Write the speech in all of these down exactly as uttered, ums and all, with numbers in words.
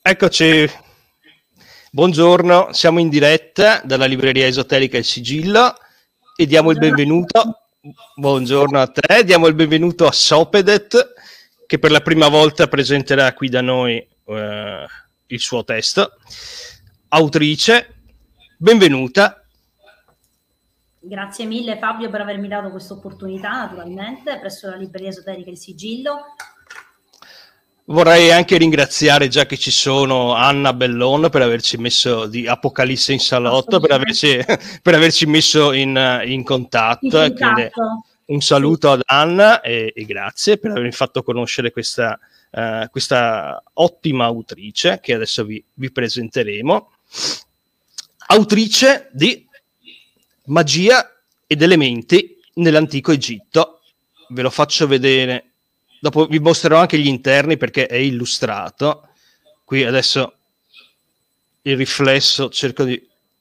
Eccoci, buongiorno, siamo in diretta dalla libreria esoterica Il Sigillo e diamo il benvenuto, buongiorno a te, diamo il benvenuto a Sopedet che per la prima volta presenterà qui da noi eh, il suo testo. Autrice, benvenuta. Grazie mille Fabio per avermi dato questa opportunità, naturalmente, presso la libreria esoterica Il Sigillo. Vorrei anche ringraziare, già che ci sono, Anna Bellon per averci messo di Apocalisse in salotto, per averci, per averci messo in, in contatto. In contatto. Quindi un saluto sì. ad Anna e, e grazie per avermi fatto conoscere questa, uh, questa ottima autrice che adesso vi, vi presenteremo. Autrice di Magia ed elementi nell'antico Egitto. Ve lo faccio vedere. Dopo vi mostrerò anche gli interni perché è illustrato. Qui adesso il riflesso cerco di...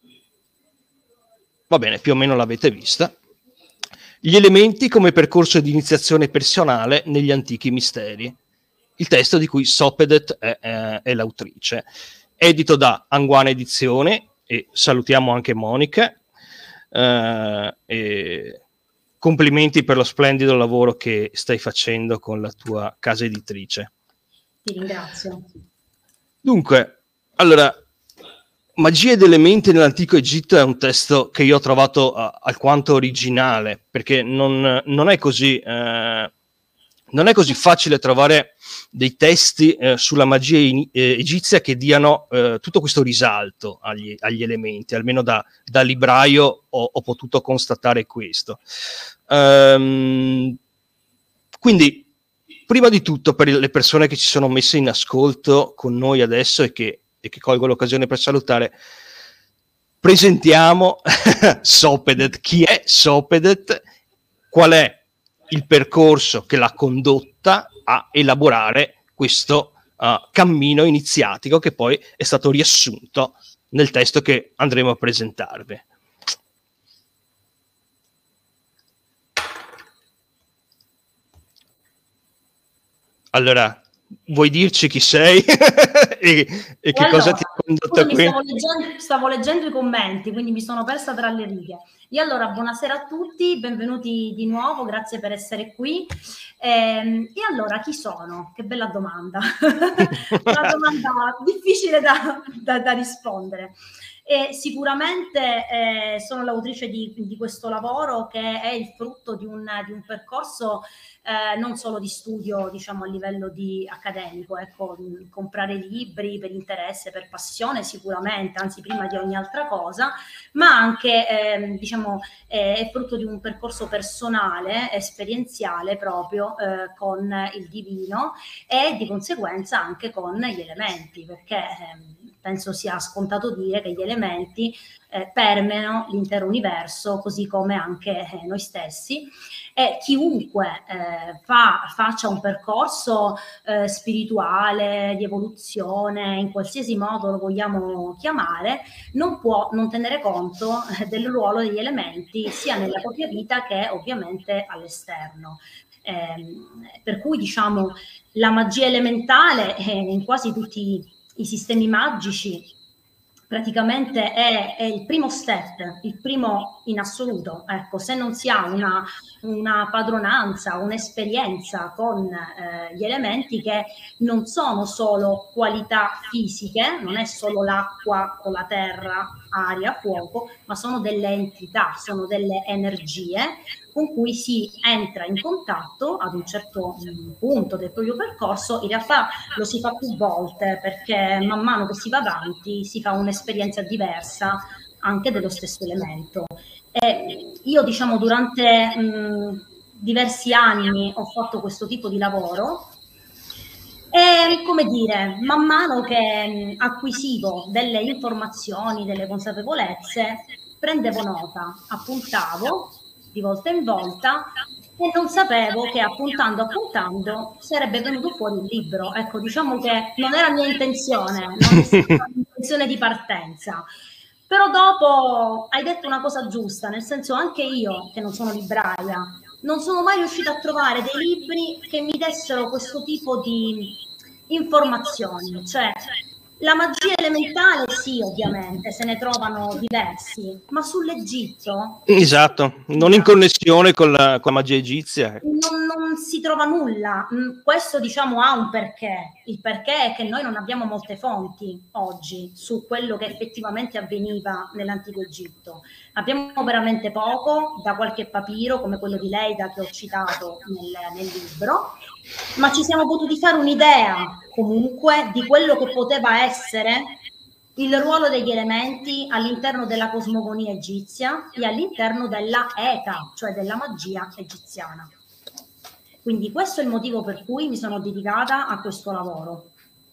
Va bene, più o meno l'avete vista. Gli elementi come percorso di iniziazione personale negli antichi misteri. Il testo di cui Sopedet è, è, è l'autrice. Edito da Anguana Edizione, e salutiamo anche Monica. Uh, e... Complimenti per lo splendido lavoro che stai facendo con la tua casa editrice. Ti ringrazio. Dunque, allora, Magia ed elementi nell'antico Egitto è un testo che io ho trovato uh, alquanto originale, perché non, non è così uh, non è così facile trovare dei testi uh, sulla magia in, eh, egizia che diano uh, tutto questo risalto agli, agli elementi, almeno da, da libraio ho, ho potuto constatare questo. Um, quindi, prima di tutto, per le persone che ci sono messe in ascolto con noi adesso e che, e che colgo l'occasione per salutare, presentiamo Sopedet. Chi è Sopedet? Qual è il percorso che l'ha condotta a elaborare questo uh, cammino iniziatico che poi è stato riassunto nel testo che andremo a presentarvi. Allora, vuoi dirci chi sei e, e che allora, cosa ti ha condotto scusami, qui? Stavo leggendo, stavo leggendo i commenti, quindi mi sono persa tra le righe. E allora, buonasera a tutti, benvenuti di nuovo, grazie per essere qui. E, e allora, chi sono? Che bella domanda. Una domanda difficile da, da, da rispondere. E sicuramente eh, sono l'autrice di, di questo lavoro che è il frutto di un, di un percorso eh, non solo di studio, diciamo, a livello di accademico, ecco, mh, comprare libri per interesse, per passione sicuramente, anzi prima di ogni altra cosa, ma anche eh, diciamo eh, è frutto di un percorso personale, esperienziale proprio eh, con il divino e di conseguenza anche con gli elementi, perché eh, penso sia scontato dire che gli elementi eh, permeano l'intero universo, così come anche eh, noi stessi. E chiunque eh, fa, faccia un percorso eh, spirituale, di evoluzione, in qualsiasi modo lo vogliamo chiamare, non può non tenere conto eh, del ruolo degli elementi sia nella propria vita che ovviamente all'esterno. Eh, per cui diciamo la magia elementale eh, in quasi tutti i sistemi magici praticamente è, è il primo step, il primo in assoluto. Ecco, se non si ha una, una padronanza, un'esperienza con eh, gli elementi che non sono solo qualità fisiche, non è solo l'acqua o la terra, aria, fuoco, ma sono delle entità, sono delle energie con cui si entra in contatto ad un certo mh, punto del proprio percorso. In realtà lo si fa più volte perché man mano che si va avanti si fa un'esperienza diversa anche dello stesso elemento. E io diciamo durante mh, diversi anni ho fatto questo tipo di lavoro e come dire, man mano che mh, acquisivo delle informazioni, delle consapevolezze, prendevo nota, appuntavo di volta in volta e non sapevo che appuntando appuntando sarebbe venuto fuori il libro. Ecco, diciamo che non era mia intenzione, non è stata l'intenzione di partenza. Però dopo hai detto una cosa giusta, nel senso anche io, che non sono libraia, non sono mai riuscita a trovare dei libri che mi dessero questo tipo di informazioni, cioè La magia elementale sì, ovviamente, se ne trovano diversi, ma sull'Egitto... Esatto, non in connessione con la, con la magia egizia. Non, non si trova nulla. Questo, diciamo, ha un perché. Il perché è che noi non abbiamo molte fonti oggi su quello che effettivamente avveniva nell'antico Egitto. Abbiamo veramente poco, da qualche papiro come quello di Leida che ho citato nel, nel libro, ma ci siamo potuti fare un'idea comunque di quello che poteva essere il ruolo degli elementi all'interno della cosmogonia egizia e all'interno della Eta, cioè della magia egiziana. Quindi questo è il motivo per cui mi sono dedicata a questo lavoro.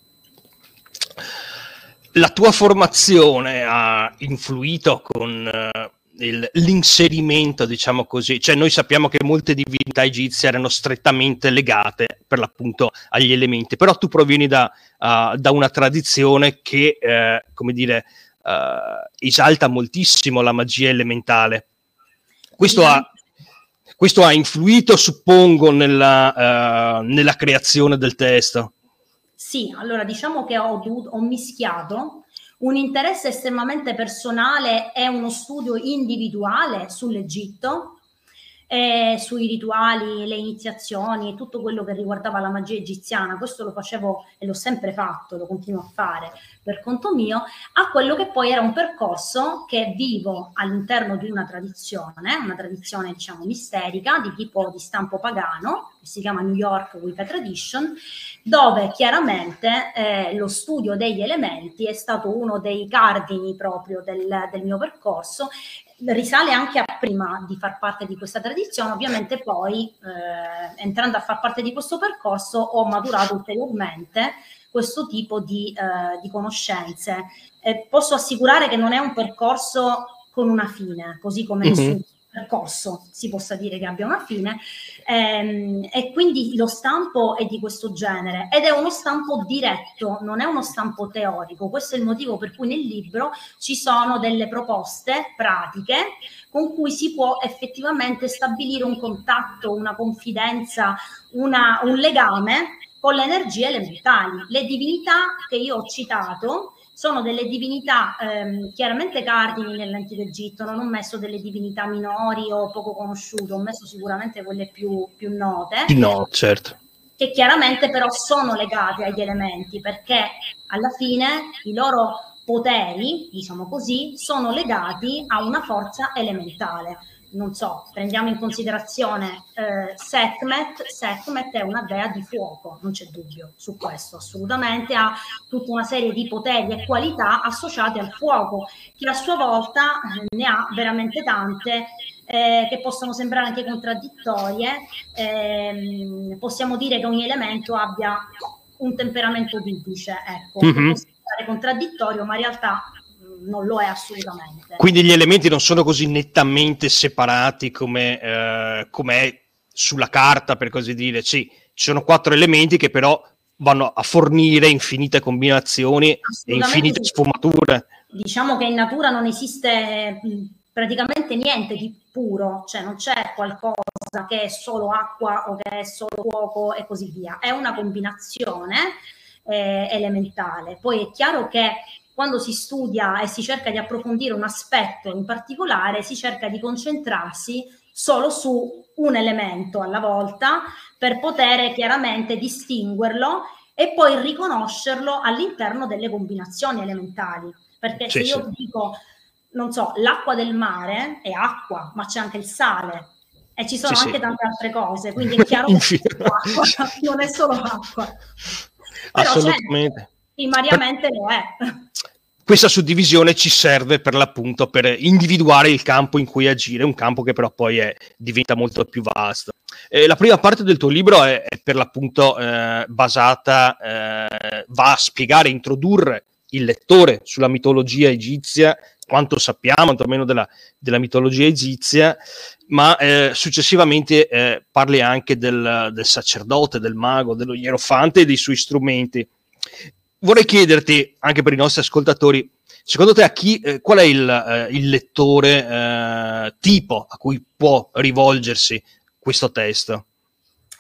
La tua formazione ha influito con uh, il, l'inserimento, diciamo così, cioè noi sappiamo che molte divinità egizie erano strettamente legate per l'appunto agli elementi, però tu provieni da, uh, da una tradizione che, uh, come dire, uh, esalta moltissimo la magia elementale. Questo ha, questo ha influito, suppongo, nella, uh, nella creazione del testo. Sì, allora diciamo che ho, dovuto, ho mischiato un interesse estremamente personale e uno studio individuale sull'Egitto, eh, sui rituali, le iniziazioni, tutto quello che riguardava la magia egiziana. Questo lo facevo e l'ho sempre fatto, lo continuo a fare per conto mio, a quello che poi era un percorso che vivo all'interno di una tradizione, una tradizione diciamo misterica, di tipo di stampo pagano, che si chiama New York Wicca Tradition, dove chiaramente eh, lo studio degli elementi è stato uno dei cardini proprio del, del mio percorso. Risale anche a prima di far parte di questa tradizione, ovviamente poi eh, entrando a far parte di questo percorso ho maturato ulteriormente questo tipo di, eh, di conoscenze. Eh, posso assicurare che non è un percorso con una fine, così come mm-hmm. nessun percorso si possa dire che abbia una fine, ehm, e quindi lo stampo è di questo genere ed è uno stampo diretto, non è uno stampo teorico. Questo è il motivo per cui nel libro ci sono delle proposte pratiche con cui si può effettivamente stabilire un contatto, una confidenza, una, un legame con le energie elementali. Le divinità che io ho citato sono delle divinità ehm, chiaramente cardini nell'antico Egitto, non ho messo delle divinità minori o poco conosciute, ho messo sicuramente quelle più, più note. No, certo. Che chiaramente però sono legate agli elementi, perché alla fine i loro poteri, diciamo così, sono legati a una forza elementale. Non so, prendiamo in considerazione eh, Sekhmet. Sekhmet è una dea di fuoco, non c'è dubbio su questo, assolutamente. Ha tutta una serie di poteri e qualità associate al fuoco, che a sua volta ne ha veramente tante, eh, che possono sembrare anche contraddittorie. Eh, possiamo dire che ogni elemento abbia un temperamento giudice, ecco, mm-hmm. che può sembrare contraddittorio, ma in realtà non lo è assolutamente. Quindi gli elementi non sono così nettamente separati come, eh, come è sulla carta, per così dire. Sì, ci sono quattro elementi che però vanno a fornire infinite combinazioni e infinite sì. sfumature. Diciamo che in natura non esiste praticamente niente di puro, cioè non c'è qualcosa che è solo acqua o che è solo fuoco e così via. È una combinazione eh, elementale. Poi è chiaro che quando si studia e si cerca di approfondire un aspetto in particolare, si cerca di concentrarsi solo su un elemento alla volta per poter chiaramente distinguerlo e poi riconoscerlo all'interno delle combinazioni elementali. Perché sì, se io sì. dico, non so, l'acqua del mare è acqua, ma c'è anche il sale e ci sono sì, anche sì. tante altre cose, quindi è chiaro che l'acqua non è solo acqua. Però assolutamente. Certo, primariamente lo è. Questa suddivisione ci serve per l'appunto per individuare il campo in cui agire, un campo che però poi è, diventa molto più vasto. Eh, la prima parte del tuo libro è, è per l'appunto eh, basata, eh, va a spiegare, introdurre il lettore sulla mitologia egizia, quanto sappiamo, quantomeno della, della mitologia egizia, ma eh, successivamente eh, parli anche del, del sacerdote, del mago, dello ierofante e dei suoi strumenti. Vorrei chiederti, anche per i nostri ascoltatori, secondo te a chi, eh, qual è il, eh, il lettore eh, tipo a cui può rivolgersi questo testo?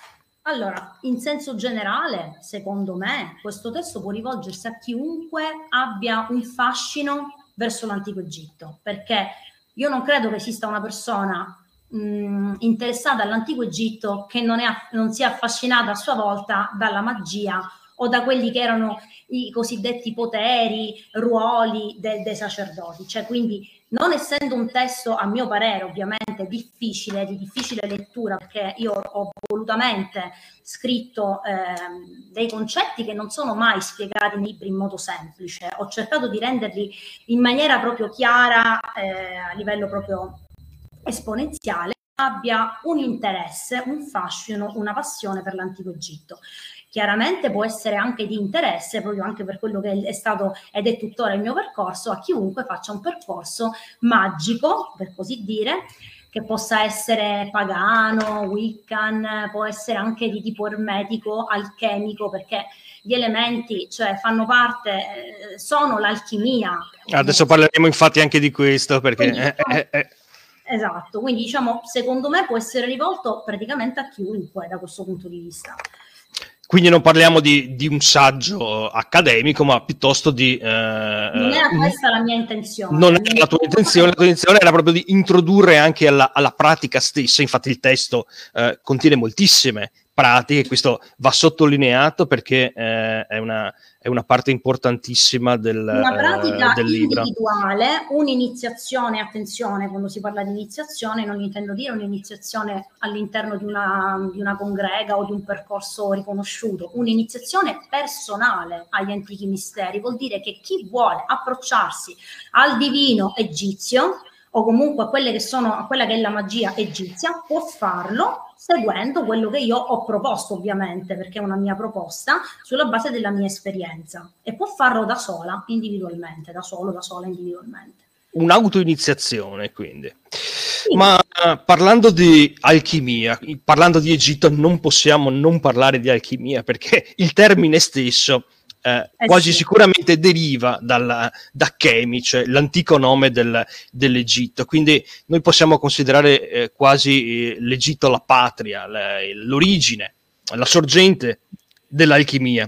Allora, in senso generale, secondo me, questo testo può rivolgersi a chiunque abbia un fascino verso l'antico Egitto, perché io non credo che esista una persona mh, interessata all'antico Egitto che non, è, non sia affascinata a sua volta dalla magia o da quelli che erano i cosiddetti poteri, ruoli de, dei sacerdoti. Cioè, quindi, non essendo un testo, a mio parere, ovviamente difficile, di difficile lettura, perché io ho volutamente scritto eh, dei concetti che non sono mai spiegati nei libri in modo semplice, ho cercato di renderli in maniera proprio chiara, eh, a livello proprio esponenziale, abbia un interesse, un fascino, una passione per l'antico Egitto. Chiaramente può essere anche di interesse, proprio anche per quello che è stato ed è tuttora il mio percorso, a chiunque faccia un percorso magico, per così dire, che possa essere pagano, wiccan, può essere anche di tipo ermetico, alchemico, perché gli elementi, cioè, fanno parte, eh, sono l'alchimia. Adesso parleremo infatti anche di questo, perché... Quindi, diciamo, eh, eh. Esatto, quindi diciamo, secondo me può essere rivolto praticamente a chiunque da questo punto di vista. Quindi non parliamo di, di un saggio accademico, ma piuttosto di... Eh, non era questa la mia intenzione. Non era la tua intenzione, la tua intenzione era proprio di introdurre anche alla, alla pratica stessa. Infatti il testo eh, contiene moltissime pratiche, questo va sottolineato perché eh, è, una, è una parte importantissima del, una pratica eh, del libro. Individuale, un'iniziazione, attenzione, quando si parla di iniziazione non intendo dire un'iniziazione all'interno di una, di una congrega o di un percorso riconosciuto, un'iniziazione personale agli antichi misteri, vuol dire che chi vuole approcciarsi al divino egizio o comunque a quelle che sono, a quella che è la magia egizia, può farlo seguendo quello che io ho proposto, ovviamente, perché è una mia proposta, sulla base della mia esperienza, e può farlo da sola, individualmente, da solo, da sola, individualmente. Un'autoiniziazione, quindi. Sì. Ma uh, parlando di alchimia, parlando di Egitto, non possiamo non parlare di alchimia, perché il termine stesso Eh, eh quasi sì. sicuramente deriva dalla, da Chemi, cioè l'antico nome del, dell'Egitto, quindi noi possiamo considerare eh, quasi eh, l'Egitto la patria, la, l'origine, la sorgente dell'alchimia.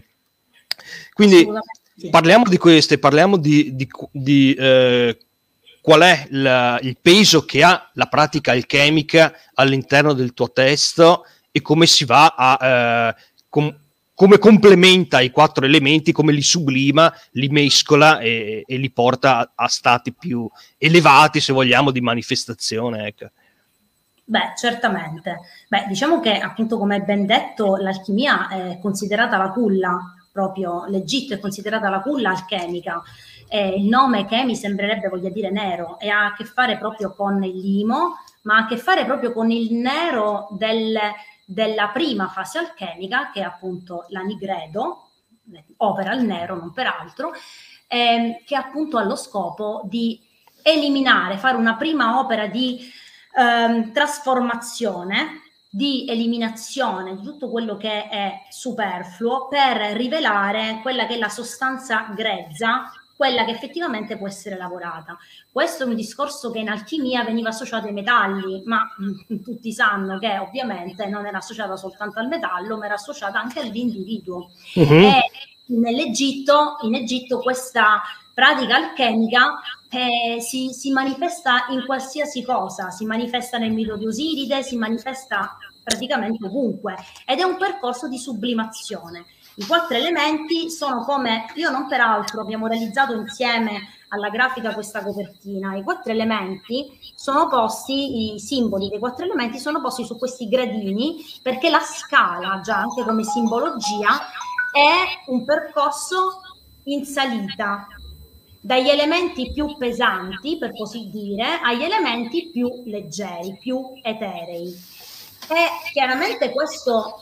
Quindi parliamo di queste, parliamo di, di, di eh, qual è la, il peso che ha la pratica alchemica all'interno del tuo testo e come si va a eh, com- come complementa i quattro elementi, come li sublima, li mescola e, e li porta a, a stati più elevati, se vogliamo, di manifestazione. Ecco. Beh, certamente. Beh, diciamo che, appunto, come ben detto, l'alchimia è considerata la culla, proprio l'Egitto è considerata la culla alchemica. Eh, il nome Chemi sembrerebbe voglia dire nero e ha a che fare proprio con il limo, ma ha a che fare proprio con il nero del... della prima fase alchemica, che è appunto la nigredo, opera al nero, non per altro, eh, che appunto ha lo scopo di eliminare, fare una prima opera di eh, trasformazione, di eliminazione di tutto quello che è superfluo per rivelare quella che è la sostanza grezza, quella che effettivamente può essere lavorata. Questo è un discorso che in alchimia veniva associato ai metalli, ma mh, tutti sanno che ovviamente non era associata soltanto al metallo, ma era associata anche all'individuo. Uh-huh. E nell'Egitto, in Egitto questa pratica alchemica eh, si, si manifesta in qualsiasi cosa, si manifesta nel mito di Osiride, si manifesta praticamente ovunque, ed è un percorso di sublimazione. I quattro elementi sono come, io non peraltro abbiamo realizzato insieme alla grafica questa copertina, i quattro elementi sono posti, i simboli dei quattro elementi sono posti su questi gradini, perché la scala, già anche come simbologia, è un percorso in salita, dagli elementi più pesanti, per così dire, agli elementi più leggeri, più eterei. E chiaramente questo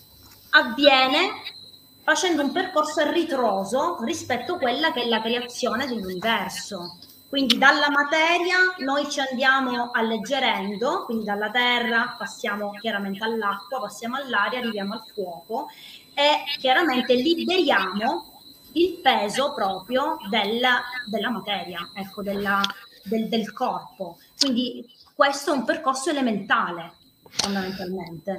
avviene facendo un percorso a ritroso rispetto a quella che è la creazione dell'universo. Quindi dalla materia noi ci andiamo alleggerendo, quindi dalla terra passiamo chiaramente all'acqua, passiamo all'aria, arriviamo al fuoco e chiaramente liberiamo il peso proprio della, della materia, ecco, della, del, del corpo. Quindi questo è un percorso elementale, fondamentalmente.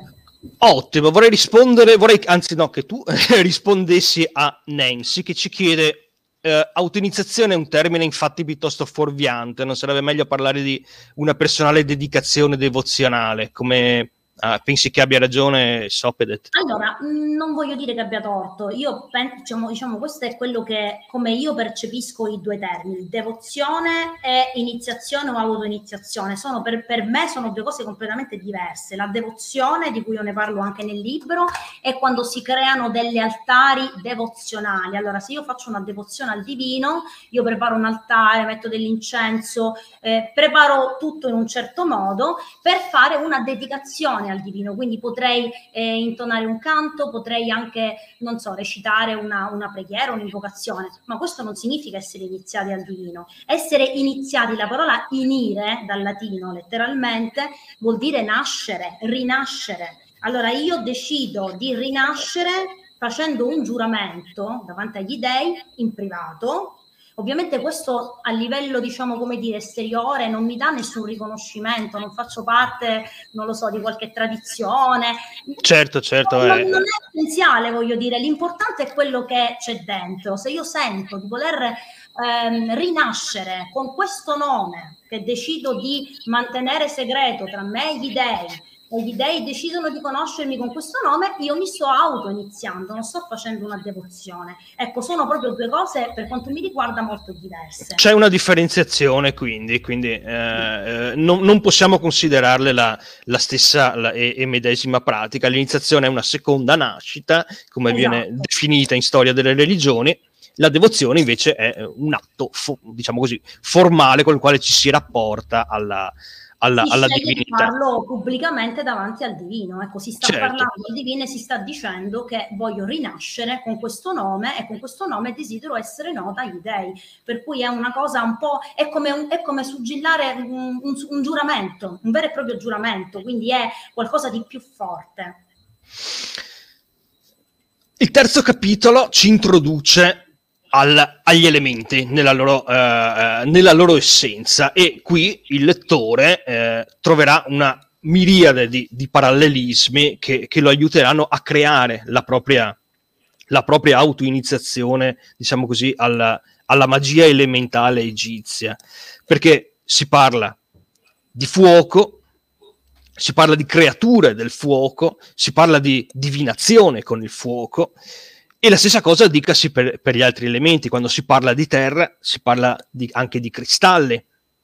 Ottimo, vorrei rispondere, vorrei, anzi no, che tu rispondessi a Nancy che ci chiede eh, autoiniziazione è un termine infatti piuttosto fuorviante, non sarebbe meglio parlare di una personale dedicazione devozionale, come uh, pensi che abbia ragione Sopedet? Allora, non voglio dire che abbia torto, io penso, diciamo, diciamo, questo è quello che, come io percepisco i due termini, devozione e iniziazione o autoiniziazione, sono per, per me sono due cose completamente diverse. La devozione, di cui io ne parlo anche nel libro, è quando si creano degli altari devozionali. Allora, se io faccio una devozione al divino, io preparo un altare, metto dell'incenso, eh, preparo tutto in un certo modo per fare una dedicazione al divino, quindi potrei eh, intonare un canto, potrei anche, non so, recitare una, una preghiera, un'invocazione, ma questo non significa essere iniziati al divino. Essere iniziati, la parola inire, dal latino letteralmente, vuol dire nascere, rinascere. Allora io decido di rinascere facendo un giuramento davanti agli dei in privato. Ovviamente questo a livello, diciamo, come dire, esteriore non mi dà nessun riconoscimento, non faccio parte, non lo so, di qualche tradizione. Certo, certo. Non, è... non è essenziale, voglio dire, l'importante è quello che c'è dentro. Se io sento di voler ehm, rinascere con questo nome che decido di mantenere segreto tra me e gli dei, e gli dei decidono di conoscermi con questo nome, io mi sto auto-iniziando, non sto facendo una devozione. Ecco, sono proprio due cose, per quanto mi riguarda, molto diverse. C'è una differenziazione, quindi, quindi eh, non, non possiamo considerarle la, la stessa la, e, e medesima pratica. L'iniziazione è una seconda nascita, come esatto. viene definita in storia delle religioni. La devozione invece è un atto, fo- diciamo così, formale con il quale ci si rapporta alla Alla, alla divinità. Parlo pubblicamente davanti al divino, ecco, si sta certo. parlando al divino e si sta dicendo che voglio rinascere con questo nome e con questo nome desidero essere nota agli dei, per cui è una cosa un po', è come, un, è come suggillare un, un, un giuramento, un vero e proprio giuramento, quindi è qualcosa di più forte. Il terzo capitolo ci introduce Al, agli elementi nella loro, eh, nella loro essenza, e qui il lettore eh, troverà una miriade di, di parallelismi che, che lo aiuteranno a creare la propria, la propria autoiniziazione, diciamo così, alla, alla magia elementale egizia, perché si parla di fuoco, si parla di creature del fuoco, si parla di divinazione con il fuoco. E la stessa cosa dicasi per, per gli altri elementi. Quando si parla di terra, si parla di, anche di cristalli.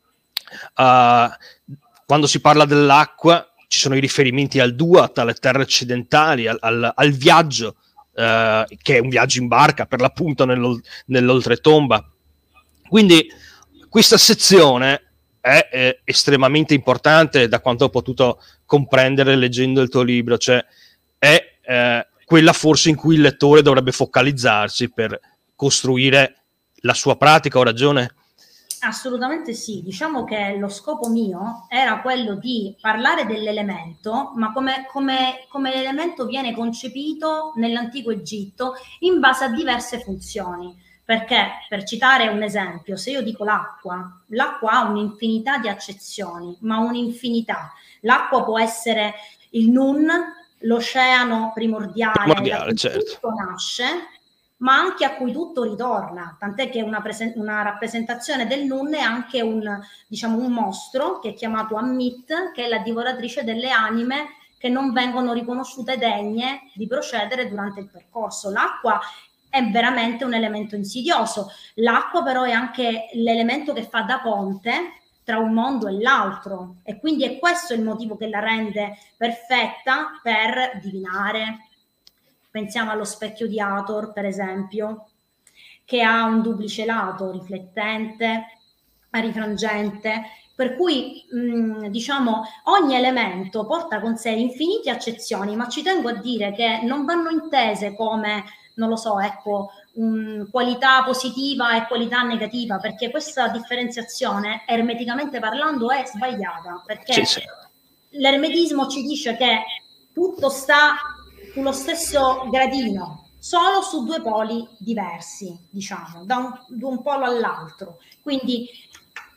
Uh, quando si parla dell'acqua, ci sono i riferimenti al Duat, alle terre occidentali, al, al, al viaggio, uh, che è un viaggio in barca, per l'appunto, nell'ol- nell'oltretomba. Quindi questa sezione è, è estremamente importante, da quanto ho potuto comprendere leggendo il tuo libro. Cioè, è... Eh, quella forse in cui il lettore dovrebbe focalizzarsi per costruire la sua pratica. Ho ragione? Assolutamente sì, diciamo che lo scopo mio era quello di parlare dell'elemento, ma come, come, come l'elemento viene concepito nell'antico Egitto in base a diverse funzioni. Perché, per citare un esempio, se io dico l'acqua, l'acqua ha un'infinità di accezioni, ma un'infinità. L'acqua può essere il Nun, l'oceano primordiale, primordiale da cui certo. tutto nasce, ma anche a cui tutto ritorna, tant'è che una, presen- una rappresentazione del Nun è anche un, diciamo, un mostro che è chiamato Ammit, che è la divoratrice delle anime che non vengono riconosciute degne di procedere durante il percorso. L'acqua è veramente un elemento insidioso, l'acqua però è anche l'elemento che fa da ponte tra un mondo e l'altro, e quindi è questo il motivo che la rende perfetta per divinare. Pensiamo allo specchio di Hathor, per esempio, che ha un duplice lato, riflettente, rifrangente, per cui mh, diciamo ogni elemento porta con sé infinite accezioni, ma ci tengo a dire che non vanno intese come, non lo so, ecco, um, qualità positiva e qualità negativa, perché questa differenziazione, ermeticamente parlando, è sbagliata, perché sì, sì. L'ermetismo ci dice che tutto sta sullo stesso gradino, solo su due poli diversi, diciamo, da un, da un polo all'altro. Quindi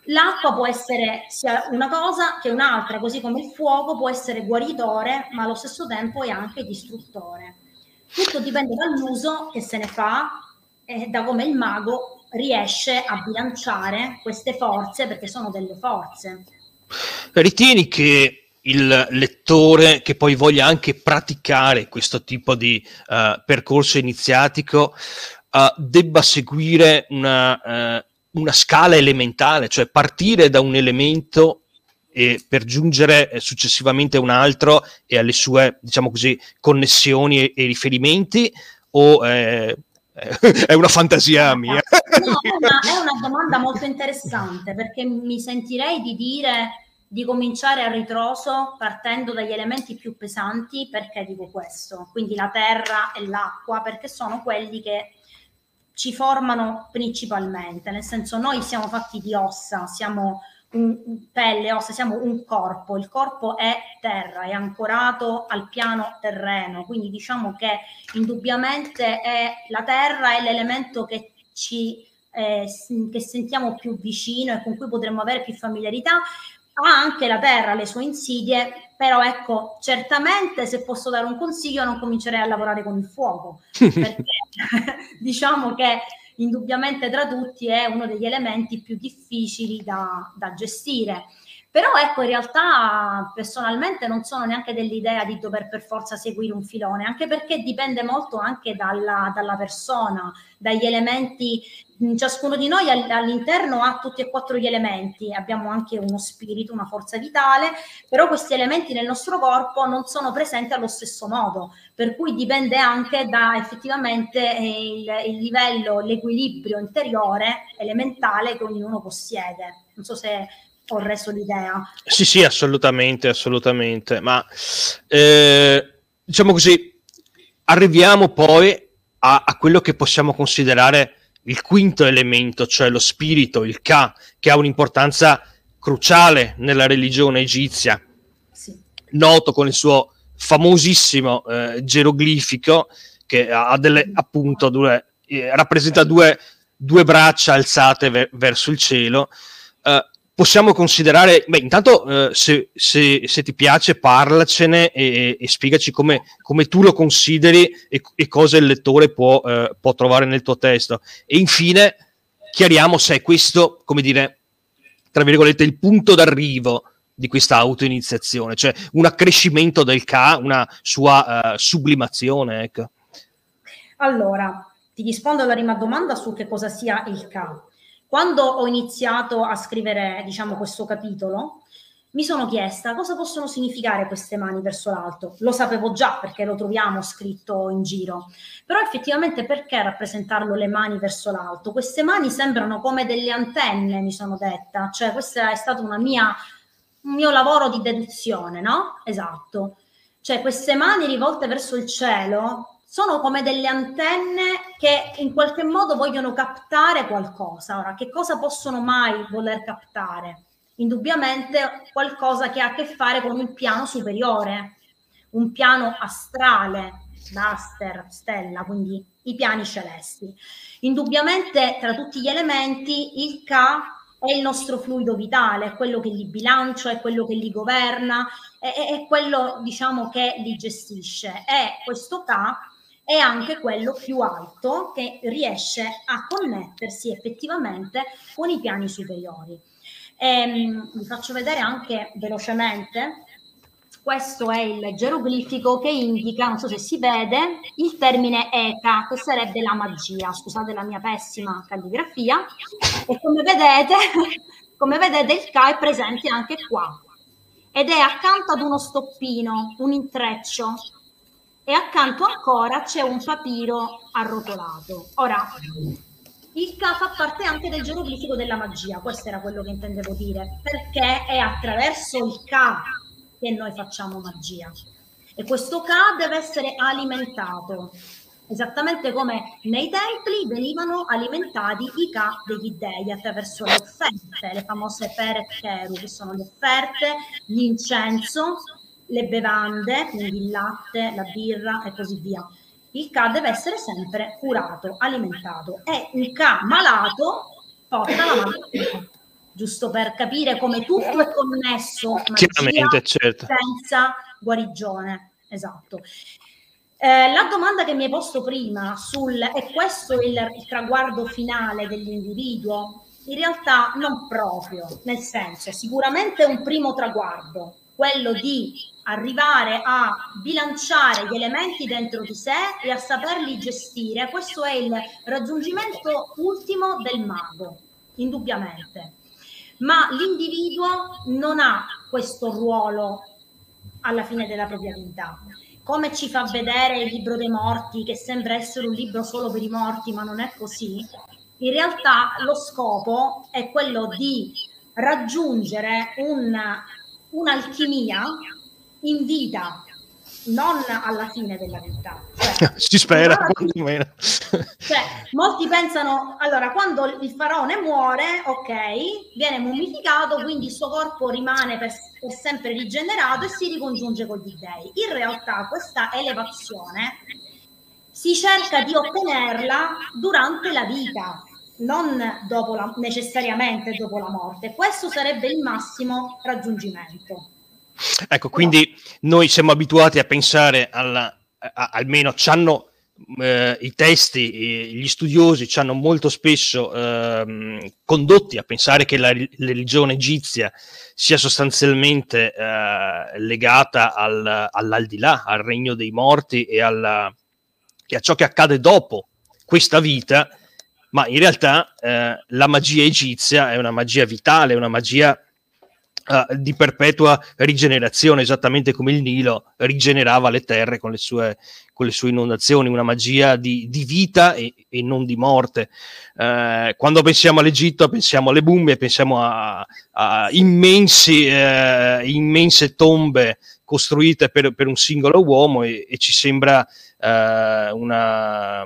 L'acqua può essere sia una cosa che un'altra, così come il fuoco può essere guaritore, ma allo stesso tempo è anche distruttore. Tutto dipende dall'uso che se ne fa e da come il mago riesce a bilanciare queste forze, perché sono delle forze. Ritieni che il lettore che poi voglia anche praticare questo tipo di uh, percorso iniziatico uh, debba seguire una... Uh, una scala elementare, cioè partire da un elemento e per giungere successivamente a un altro e alle sue, diciamo così, connessioni e, e riferimenti, o eh, è una fantasia mia? No, è una, è una domanda molto interessante, perché mi sentirei di dire di cominciare a ritroso partendo dagli elementi più pesanti. Perché dico questo? Quindi la terra e l'acqua, perché sono quelli che ci formano principalmente, nel senso, noi siamo fatti di ossa, siamo un, pelle, ossa, siamo un corpo, il corpo è terra, è ancorato al piano terreno, quindi diciamo che indubbiamente è, la terra è l'elemento che ci eh, che sentiamo più vicino e con cui potremmo avere più familiarità. Ha anche la terra le sue insidie, però ecco, certamente se posso dare un consiglio non comincerei a lavorare con il fuoco, perché diciamo che indubbiamente tra tutti è uno degli elementi più difficili da, da gestire. Però ecco, in realtà personalmente non sono neanche dell'idea di dover per forza seguire un filone, anche perché dipende molto anche dalla, dalla persona, dagli elementi. Ciascuno di noi all'interno ha tutti e quattro gli elementi, abbiamo anche uno spirito, una forza vitale, però questi elementi nel nostro corpo non sono presenti allo stesso modo, per cui dipende anche da effettivamente il, il livello, l'equilibrio interiore elementale che ognuno possiede. Non so se ho reso l'idea. Sì, sì, assolutamente, assolutamente, ma eh, diciamo così, arriviamo poi a, a quello che possiamo considerare il quinto elemento, cioè lo spirito, il Ka, che ha un'importanza cruciale nella religione egizia, sì. Noto con il suo famosissimo eh, geroglifico, che ha delle, appunto, due, eh, rappresenta due, due braccia alzate ver- verso il cielo. Eh, possiamo considerare, beh, intanto eh, se, se, se ti piace parlacene e, e spiegaci come, come tu lo consideri e, e cosa il lettore può, eh, può trovare nel tuo testo, e infine chiariamo se è questo, come dire, tra virgolette, il punto d'arrivo di questa autoiniziazione, cioè un accrescimento del Ka, una sua uh, sublimazione, ecco. Allora, ti rispondo alla prima domanda su che cosa sia il Ka. Quando ho iniziato a scrivere, diciamo, questo capitolo, mi sono chiesta cosa possono significare queste mani verso l'alto. Lo sapevo già perché lo troviamo scritto in giro, però effettivamente perché rappresentarlo le mani verso l'alto? Queste mani sembrano come delle antenne, mi sono detta, cioè questo è stato una mia, un mio lavoro di deduzione, no? Esatto. Cioè queste mani rivolte verso il cielo sono come delle antenne che in qualche modo vogliono captare qualcosa. Ora, che cosa possono mai voler captare? Indubbiamente qualcosa che ha a che fare con un piano superiore, un piano astrale, master, stella, quindi i piani celesti. Indubbiamente tra tutti gli elementi il Ka è il nostro fluido vitale, è quello che li bilancia, è quello che li governa, è, è quello, diciamo, che li gestisce. E questo Ka è anche quello più alto che riesce a connettersi effettivamente con i piani superiori. Ehm, vi faccio vedere anche velocemente, questo è il geroglifico che indica, non so se si vede, il termine Eka, che sarebbe la magia, scusate la mia pessima calligrafia, e come vedete, come vedete il Ka è presente anche qua, ed è accanto ad uno stoppino, un intreccio, e accanto ancora c'è un papiro arrotolato. Ora, il Ka fa parte anche del geroglifico della magia, questo era quello che intendevo dire, perché è attraverso il Ka che noi facciamo magia. E questo Ka deve essere alimentato, esattamente come nei templi venivano alimentati i Ka degli dei attraverso le offerte, le famose Peret Keru, che sono le offerte, l'incenso, le bevande, quindi il latte, la birra e così via. Il Ka deve essere sempre curato, alimentato, e un Ka malato porta la malattia. giusto per capire come tutto è connesso, chiaramente, certo. senza guarigione. Esatto. Eh, la domanda che mi hai posto prima sul è questo il, il traguardo finale dell'individuo? In realtà non proprio, nel senso, sicuramente è un primo traguardo, quello di arrivare a bilanciare gli elementi dentro di sé e a saperli gestire. Questo è il raggiungimento ultimo del mago, indubbiamente. Ma l'individuo non ha questo ruolo alla fine della propria vita. Come ci fa vedere il libro dei morti, che sembra essere un libro solo per i morti, ma non è così. In realtà lo scopo è quello di raggiungere una, un'alchimia in vita, non alla fine della vita. Cioè, si spera, quantomeno. Cioè, molti pensano, allora, quando il faraone muore, ok, viene mummificato, quindi il suo corpo rimane per, per sempre rigenerato e si ricongiunge con gli dei. In realtà questa elevazione si cerca di ottenerla durante la vita, non dopo la, necessariamente dopo la morte. Questo sarebbe il massimo raggiungimento. Ecco, quindi noi siamo abituati a pensare alla, a, almeno ci hanno eh, i testi, eh, gli studiosi ci hanno molto spesso eh, condotti a pensare che la, la religione egizia sia sostanzialmente eh, legata al, all'aldilà, al regno dei morti e, alla, e a ciò che accade dopo questa vita, ma in realtà eh, la magia egizia è una magia vitale, è una magia Uh, di perpetua rigenerazione, esattamente come il Nilo rigenerava le terre con le sue, con le sue inondazioni, una magia di, di vita e, e non di morte. Uh, quando pensiamo all'Egitto pensiamo alle mummie, pensiamo a, a immensi, uh, immense tombe costruite per, per un singolo uomo e, e ci sembra uh, una...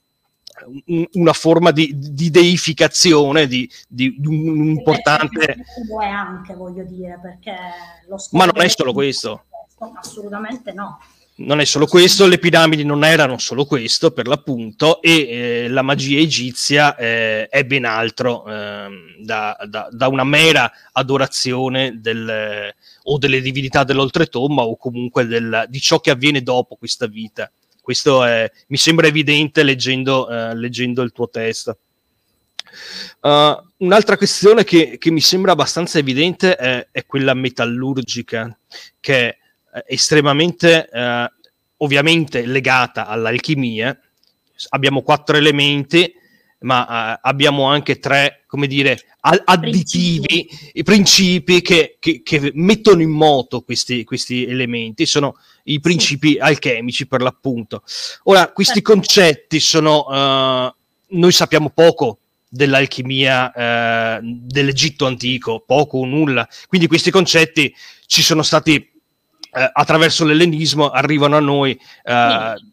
una forma di, di deificazione di, di, di un importante è anche, voglio dire, perché lo ma non è solo questo, assolutamente no, non è solo questo, le piramidi non erano solo questo per l'appunto e eh, la magia egizia eh, è ben altro eh, da, da, da una mera adorazione del, o delle divinità dell'oltretomba o comunque del, di ciò che avviene dopo questa vita. Questo è, mi sembra evidente leggendo, uh, leggendo il tuo testo. Uh, un'altra questione che, che mi sembra abbastanza evidente è, è quella metallurgica, che è estremamente, uh, ovviamente legata all'alchimia. Abbiamo quattro elementi, ma uh, abbiamo anche tre, come dire, additivi, principi. i principi che, che, che mettono in moto questi, questi elementi, sono i principi sì. alchemici per l'appunto. Ora, questi concetti sono, uh, noi sappiamo poco dell'alchimia uh, dell'Egitto antico, poco o nulla, quindi questi concetti ci sono stati, uh, attraverso l'ellenismo, arrivano a noi, uh, sì.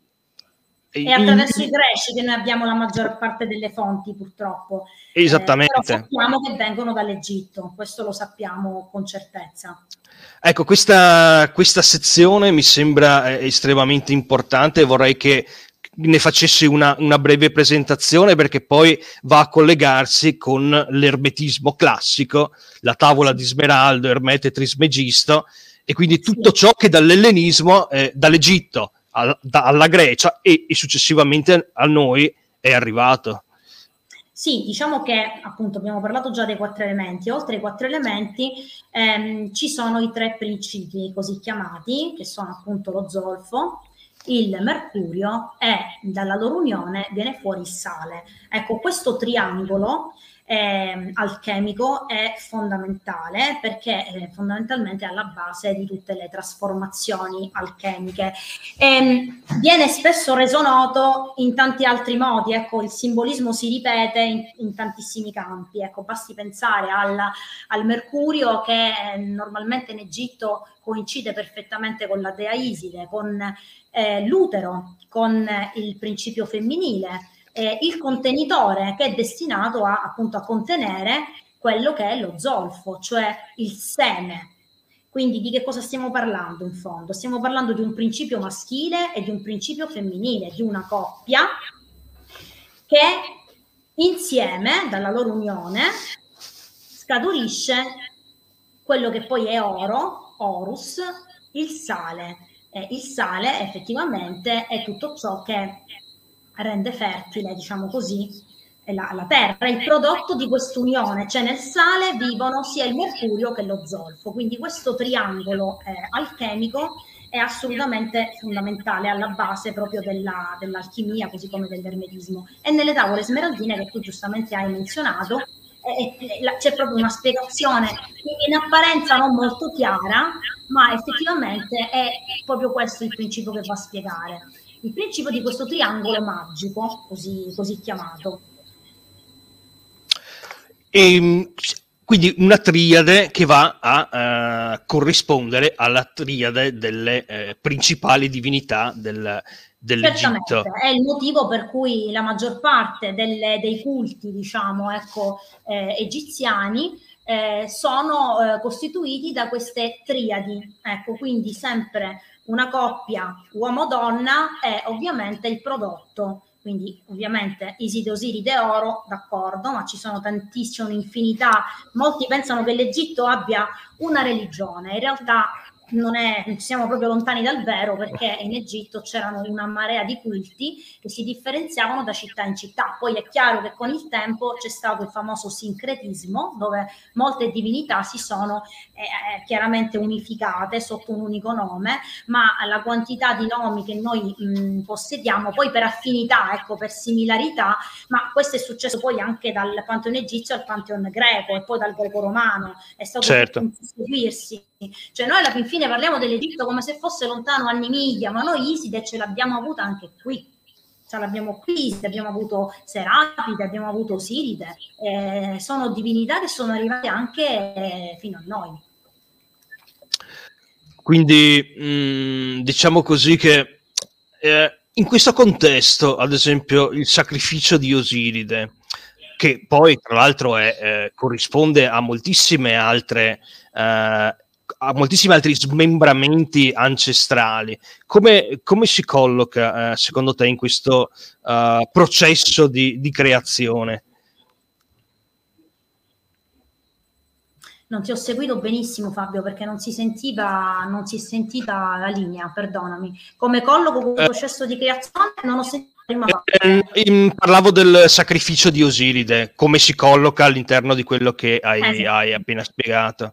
E attraverso in... i greci che noi abbiamo la maggior parte delle fonti purtroppo. Esattamente. Eh, però sappiamo che vengono dall'Egitto, questo lo sappiamo con certezza. Ecco, questa, questa sezione mi sembra eh, estremamente importante e vorrei che ne facessi una, una breve presentazione perché poi va a collegarsi con l'ermetismo classico, la tavola di Smeraldo, Ermete Trismegisto e quindi tutto sì. ciò che dall'ellenismo, eh, dall'Egitto alla Grecia e, e successivamente a noi è arrivato. Sì, diciamo che appunto abbiamo parlato già dei quattro elementi, oltre ai quattro elementi ehm, ci sono i tre principi così chiamati, che sono appunto lo zolfo, il mercurio e dalla loro unione viene fuori il sale. Ecco, questo triangolo eh, alchemico è fondamentale perché è fondamentalmente alla base di tutte le trasformazioni alchemiche. E viene spesso reso noto in tanti altri modi, ecco, il simbolismo si ripete in, in tantissimi campi, ecco, basti pensare alla, al mercurio che eh, normalmente in Egitto coincide perfettamente con la dea Iside, con eh, l'utero, con il principio femminile, Eh, il contenitore che è destinato a, appunto, a contenere quello che è lo zolfo, cioè il seme. Quindi di che cosa stiamo parlando in fondo? Stiamo parlando di un principio maschile e di un principio femminile, di una coppia che insieme, dalla loro unione, scaturisce quello che poi è oro, Horus, il sale. Eh, il sale effettivamente è tutto ciò che rende fertile, diciamo così, la, la terra, il prodotto di quest'unione, cioè nel sale vivono sia il mercurio che lo zolfo, quindi questo triangolo eh, alchemico è assolutamente fondamentale alla base proprio della, dell'alchimia, così come dell'ermetismo. E nelle tavole smeraldine che tu giustamente hai menzionato, eh, eh, la, c'è proprio una spiegazione in apparenza non molto chiara, ma effettivamente è proprio questo il principio che va a spiegare. Il principio di questo triangolo magico, così, così chiamato. E, quindi una triade che va a uh, corrispondere alla triade delle eh, principali divinità del, dell'Egitto. Certamente, è il motivo per cui la maggior parte delle, dei culti, diciamo, ecco, eh, egiziani eh, sono eh, costituiti da queste triadi. Ecco, quindi sempre una coppia uomo-donna è ovviamente il prodotto. Quindi ovviamente Iside, Osiride, Oro, d'accordo, ma ci sono tantissime, un'infinità. Molti pensano che l'Egitto abbia una religione, in realtà non è, siamo proprio lontani dal vero, perché in Egitto c'erano una marea di culti che si differenziavano da città in città. Poi è chiaro che con il tempo c'è stato il famoso sincretismo, dove molte divinità si sono eh, chiaramente unificate sotto un unico nome, ma la quantità di nomi che noi mh, possediamo, poi per affinità, ecco, per similarità, ma questo è successo poi anche dal Pantheon egizio al Pantheon greco e poi dal greco-romano, è stato certo. un seguirsi. Cioè noi alla fin fine parliamo dell'Egitto come se fosse lontano anni miglia, ma noi Iside ce l'abbiamo avuta anche qui, ce l'abbiamo qui, abbiamo avuto Serapide, abbiamo avuto Osiride, eh, sono divinità che sono arrivate anche eh, fino a noi. Quindi mh, diciamo così che eh, in questo contesto, ad esempio, il sacrificio di Osiride, che poi tra l'altro è, eh, corrisponde a moltissime altre eh, a moltissimi altri smembramenti ancestrali, come, come si colloca eh, secondo te in questo uh, processo di, di creazione? Non ti ho seguito benissimo, Fabio, perché non si sentiva, non si è sentita la linea, perdonami. Come colloco con il eh, processo di creazione non ho sentito la prima parte. Eh, parlavo del sacrificio di Osiride, come si colloca all'interno di quello che hai, eh, sì. hai appena spiegato.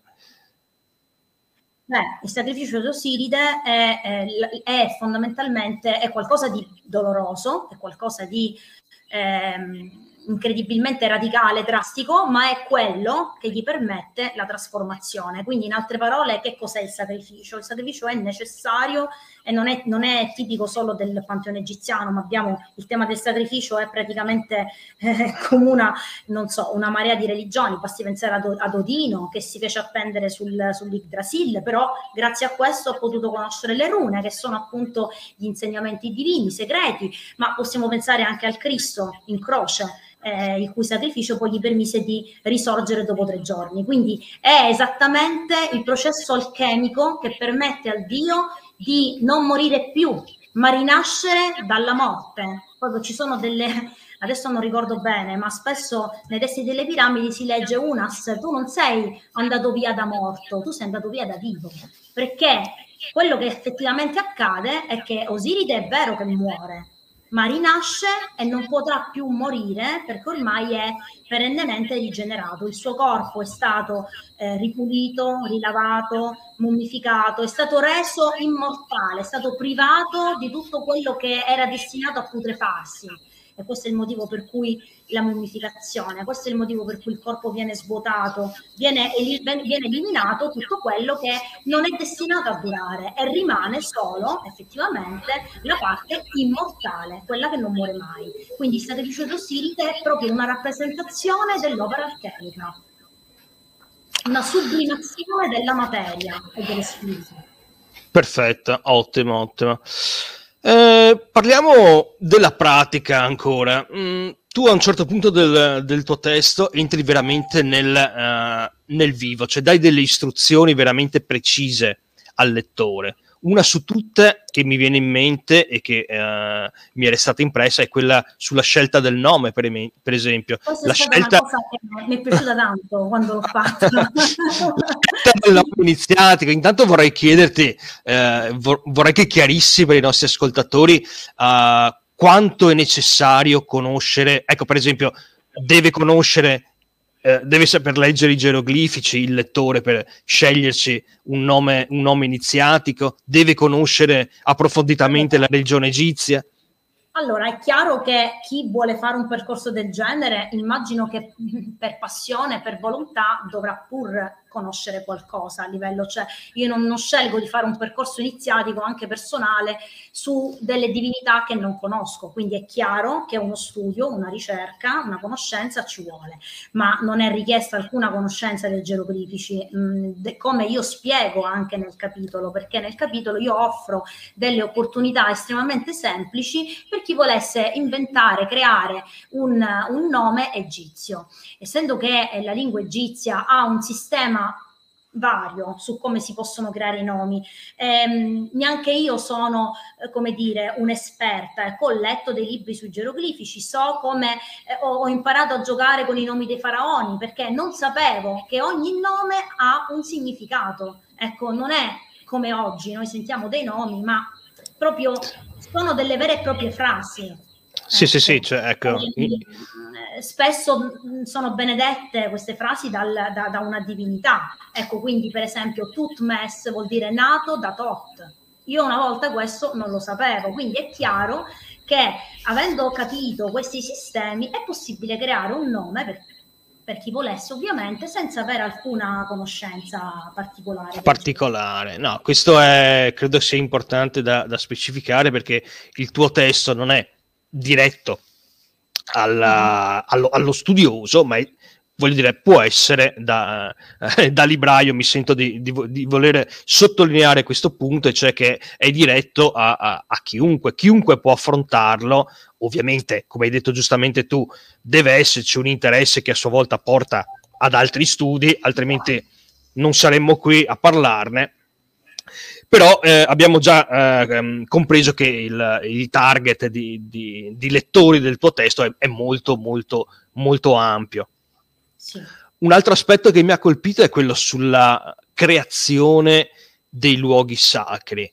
Beh, il sacrificio di Osiride è, è, è fondamentalmente è qualcosa di doloroso, è qualcosa di ehm, incredibilmente radicale, drastico, ma è quello che gli permette la trasformazione. Quindi, in altre parole, che cos'è il sacrificio? Il sacrificio è necessario e non è, non è tipico solo del Pantheon egiziano, ma abbiamo il tema del sacrificio è praticamente eh, come una, non so, una marea di religioni. Basti pensare ad, ad Odino, che si fece appendere sul, sull'Yggdrasil, però grazie a questo ho potuto conoscere le rune, che sono appunto gli insegnamenti divini, segreti, ma possiamo pensare anche al Cristo in croce, Eh, il cui sacrificio poi gli permise di risorgere dopo tre giorni. Quindi è esattamente il processo alchemico che permette al Dio di non morire più, ma rinascere dalla morte. Poi ci sono delle, adesso non ricordo bene, ma spesso nei testi delle piramidi si legge Unas, tu non sei andato via da morto, tu sei andato via da vivo, perché quello che effettivamente accade è che Osiride è vero che muore, ma rinasce e non potrà più morire perché ormai è perennemente rigenerato. Il suo corpo è stato eh, ripulito, rilavato, mummificato, è stato reso immortale, è stato privato di tutto quello che era destinato a putrefarsi. E questo è il motivo per cui la mummificazione, questo è il motivo per cui il corpo viene svuotato, viene, viene eliminato tutto quello che non è destinato a durare e rimane solo effettivamente la parte immortale, quella che non muore mai. Quindi il sacrificio di Osiride è proprio una rappresentazione dell'opera alchemica, una sublimazione della materia e dello spirito. Perfetto, ottimo, ottimo. Eh, parliamo della pratica ancora. Mm, tu a un certo punto del, del tuo testo entri veramente nel, uh, nel vivo, cioè dai delle istruzioni veramente precise al lettore. una su tutte che mi viene in mente e che uh, mi è restata impressa è quella sulla scelta del nome, per, me, per esempio. Questa la è stata scelta... una cosa che mi è piaciuta tanto quando l'ho fatta. La scelta del nome iniziatico. Intanto vorrei chiederti, eh, vor- vorrei che chiarissi per i nostri ascoltatori uh, quanto è necessario conoscere, ecco, per esempio, deve conoscere Eh, deve saper leggere i geroglifici il lettore per scegliersi un nome, un nome iniziatico, deve conoscere approfonditamente la religione egizia. Allora, è chiaro che chi vuole fare un percorso del genere, immagino che per passione, per volontà, dovrà pur conoscere qualcosa a livello, cioè io non, non scelgo di fare un percorso iniziatico anche personale su delle divinità che non conosco, quindi è chiaro che uno studio, una ricerca, una conoscenza ci vuole, ma non è richiesta alcuna conoscenza dei geroglifici, mh, de, come io spiego anche nel capitolo, perché nel capitolo io offro delle opportunità estremamente semplici per chi volesse inventare, creare un, un nome egizio. Essendo che la lingua egizia ha un sistema vario su come si possono creare i nomi, ehm, neanche io sono, eh, come dire, un'esperta, ecco, ho letto dei libri sui geroglifici, so come, eh, ho, ho imparato a giocare con i nomi dei faraoni, perché non sapevo che ogni nome ha un significato, ecco, non è come oggi, noi sentiamo dei nomi, ma proprio sono delle vere e proprie frasi. Sì, ecco. sì, sì, cioè, ecco. Eh, spesso sono benedette queste frasi dal, da, da una divinità. Ecco, quindi per esempio Tutmes vuol dire nato da Tot. Io una volta questo non lo sapevo, quindi è chiaro che avendo capito questi sistemi è possibile creare un nome per, per chi volesse, ovviamente, senza avere alcuna conoscenza particolare. Particolare, no, questo è, credo sia importante da, da specificare, perché il tuo testo non è diretto alla, mm-hmm. allo, allo studioso, ma è, voglio dire, può essere da, eh, da libraio, mi sento di, di, di voler sottolineare questo punto, e cioè che è diretto a, a, a chiunque, chiunque può affrontarlo. Ovviamente, come hai detto giustamente tu, deve esserci un interesse che a sua volta porta ad altri studi, altrimenti non saremmo qui a parlarne. Però eh, abbiamo già eh, compreso che il, il target di, di, di lettori del tuo testo è, è molto molto molto ampio. Sì. Un altro aspetto che mi ha colpito è quello sulla creazione dei luoghi sacri,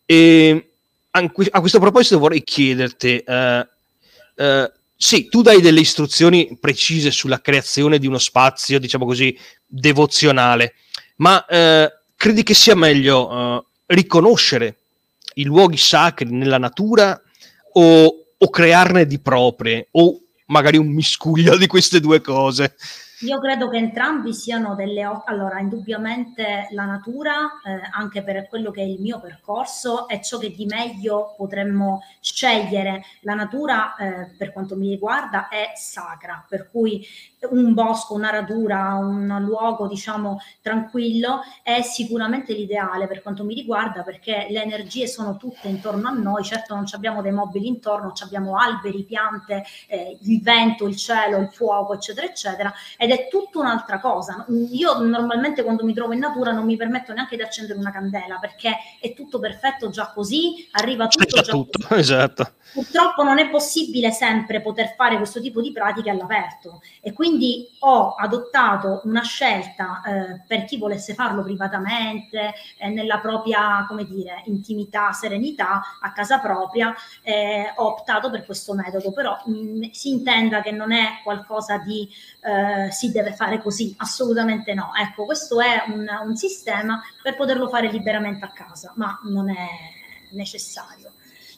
e a questo proposito vorrei chiederti, eh, eh, sì, tu dai delle istruzioni precise sulla creazione di uno spazio, diciamo così, devozionale, ma eh, credi che sia meglio eh, riconoscere i luoghi sacri nella natura o, o crearne di proprie, o magari un miscuglio di queste due cose? Io credo che entrambi siano delle... Allora, indubbiamente la natura, eh, anche per quello che è il mio percorso, è ciò che di meglio potremmo scegliere. La natura, eh, per quanto mi riguarda, è sacra, per cui un bosco, una radura, un luogo, diciamo, tranquillo è sicuramente l'ideale per quanto mi riguarda, perché le energie sono tutte intorno a noi. Certo, non abbiamo dei mobili intorno, abbiamo alberi, piante, eh, il vento, il cielo, il fuoco, eccetera, eccetera. Ed è tutta un'altra cosa. Io normalmente quando mi trovo in natura non mi permetto neanche di accendere una candela, perché è tutto perfetto già così, arriva tutto già, già tutto, così. Esatto. Purtroppo non è possibile sempre poter fare questo tipo di pratiche all'aperto, e quindi ho adottato una scelta eh, per chi volesse farlo privatamente, eh, nella propria, come dire, intimità, serenità, a casa propria. Eh, ho optato per questo metodo, però mh, si intenda che non è qualcosa di eh, si deve fare così, assolutamente no. Ecco, questo è un, un sistema per poterlo fare liberamente a casa, ma non è necessario.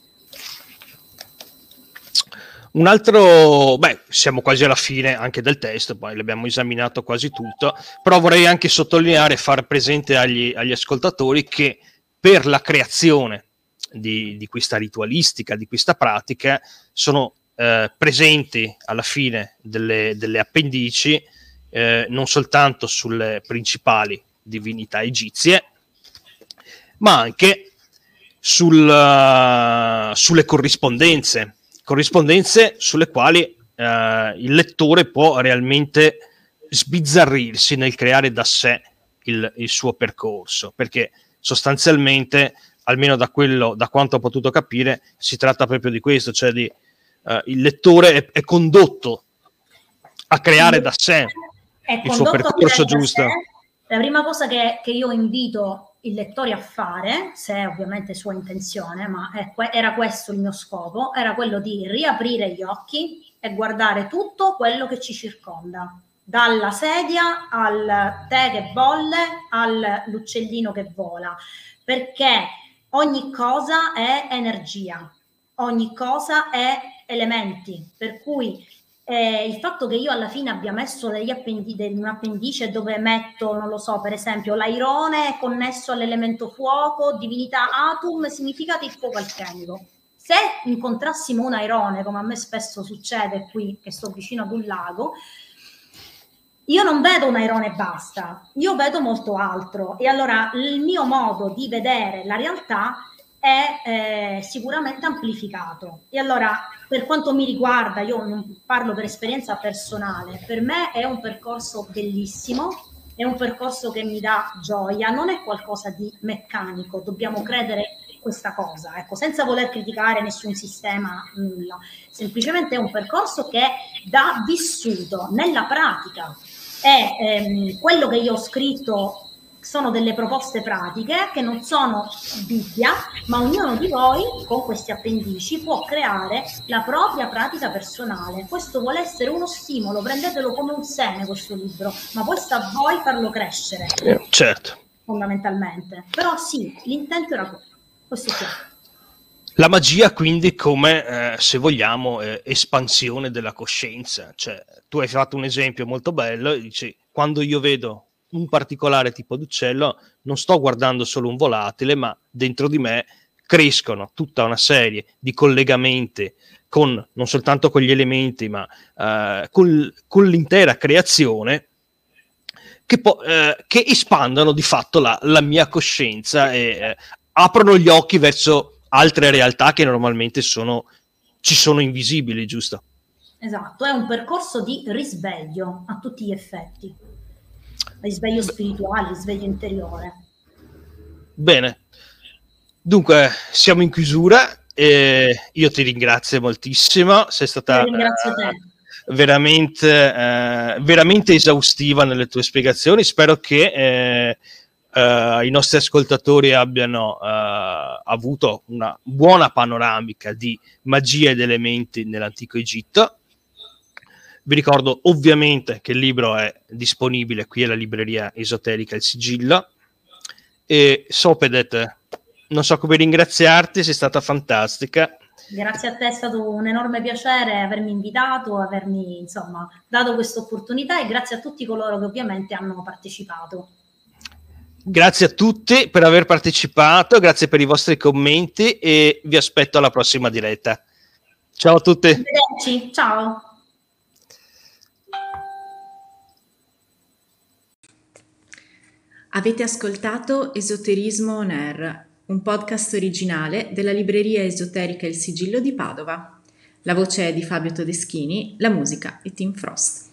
Un altro, beh, siamo quasi alla fine anche del test, poi l'abbiamo esaminato quasi tutto, però vorrei anche sottolineare e far presente agli, agli ascoltatori che per la creazione di, di questa ritualistica, di questa pratica, sono eh, presenti alla fine delle, delle appendici, eh, non soltanto sulle principali divinità egizie, ma anche sul, uh, sulle corrispondenze, corrispondenze sulle quali uh, il lettore può realmente sbizzarrirsi nel creare da sé il, il suo percorso, perché sostanzialmente almeno da quello, da quanto ho potuto capire, si tratta proprio di questo, cioè di uh, il lettore è, è condotto a creare da sé è il suo percorso giusto. Sé. La prima cosa che, che io invito il lettore a fare, se è ovviamente sua intenzione, ma è, era questo il mio scopo, era quello di riaprire gli occhi e guardare tutto quello che ci circonda, dalla sedia al tè che bolle all'uccellino che vola, perché ogni cosa è energia, ogni cosa è elementi, per cui Eh, il fatto che io alla fine abbia messo degli appendi- un appendice dove metto, non lo so, per esempio l'airone è connesso all'elemento fuoco, divinità atum, significati il fuoco alchemico. Se incontrassimo un airone, come a me spesso succede qui, che sto vicino ad un lago, io non vedo un airone e basta, io vedo molto altro. E allora il mio modo di vedere la realtà è eh, sicuramente amplificato. E allora, per quanto mi riguarda, io non parlo per esperienza personale, per me è un percorso bellissimo, è un percorso che mi dà gioia, non è qualcosa di meccanico, dobbiamo credere questa cosa, ecco, senza voler criticare nessun sistema, nulla, semplicemente è un percorso che da vissuto nella pratica. E ehm, quello che io ho scritto sono delle proposte pratiche che non sono Bibbia, ma ognuno di voi con questi appendici può creare la propria pratica personale. Questo vuole essere uno stimolo, prendetelo come un seme questo libro, ma poi sta a voi farlo crescere. Eh, certo. Fondamentalmente. Però sì, l'intento era quello. Questo qui. La magia quindi come, eh, se vogliamo, eh, espansione della coscienza. Cioè, tu hai fatto un esempio molto bello, dici, quando io vedo un particolare tipo d'uccello, non sto guardando solo un volatile, ma dentro di me crescono tutta una serie di collegamenti con, non soltanto con gli elementi, ma eh, con, con l'intera creazione, che, po- eh, che espandono di fatto la, la mia coscienza e eh, aprono gli occhi verso altre realtà che normalmente sono, ci sono invisibili, giusto? Esatto, è un percorso di risveglio a tutti gli effetti. Risveglio spirituale, risveglio interiore. Bene, dunque siamo in chiusura e io ti ringrazio moltissimo, sei stata ringrazio te. Uh, veramente, uh, veramente esaustiva nelle tue spiegazioni. Spero che uh, uh, i nostri ascoltatori abbiano uh, avuto una buona panoramica di magia ed elementi nell'antico Egitto. Vi ricordo ovviamente che il libro è disponibile qui alla libreria esoterica Il Sigillo. E Sopedet, non so come ringraziarti, sei stata fantastica. Grazie a te, è stato un enorme piacere avermi invitato, avermi insomma dato questa opportunità, e grazie a tutti coloro che ovviamente hanno partecipato. Grazie a tutti per aver partecipato, grazie per i vostri commenti e vi aspetto alla prossima diretta. Ciao a tutti. Arrivederci, ciao. Avete ascoltato Esoterismo On Air, un podcast originale della libreria esoterica Il Sigillo di Padova. La voce è di Fabio Todeschini, la musica è Team Frost.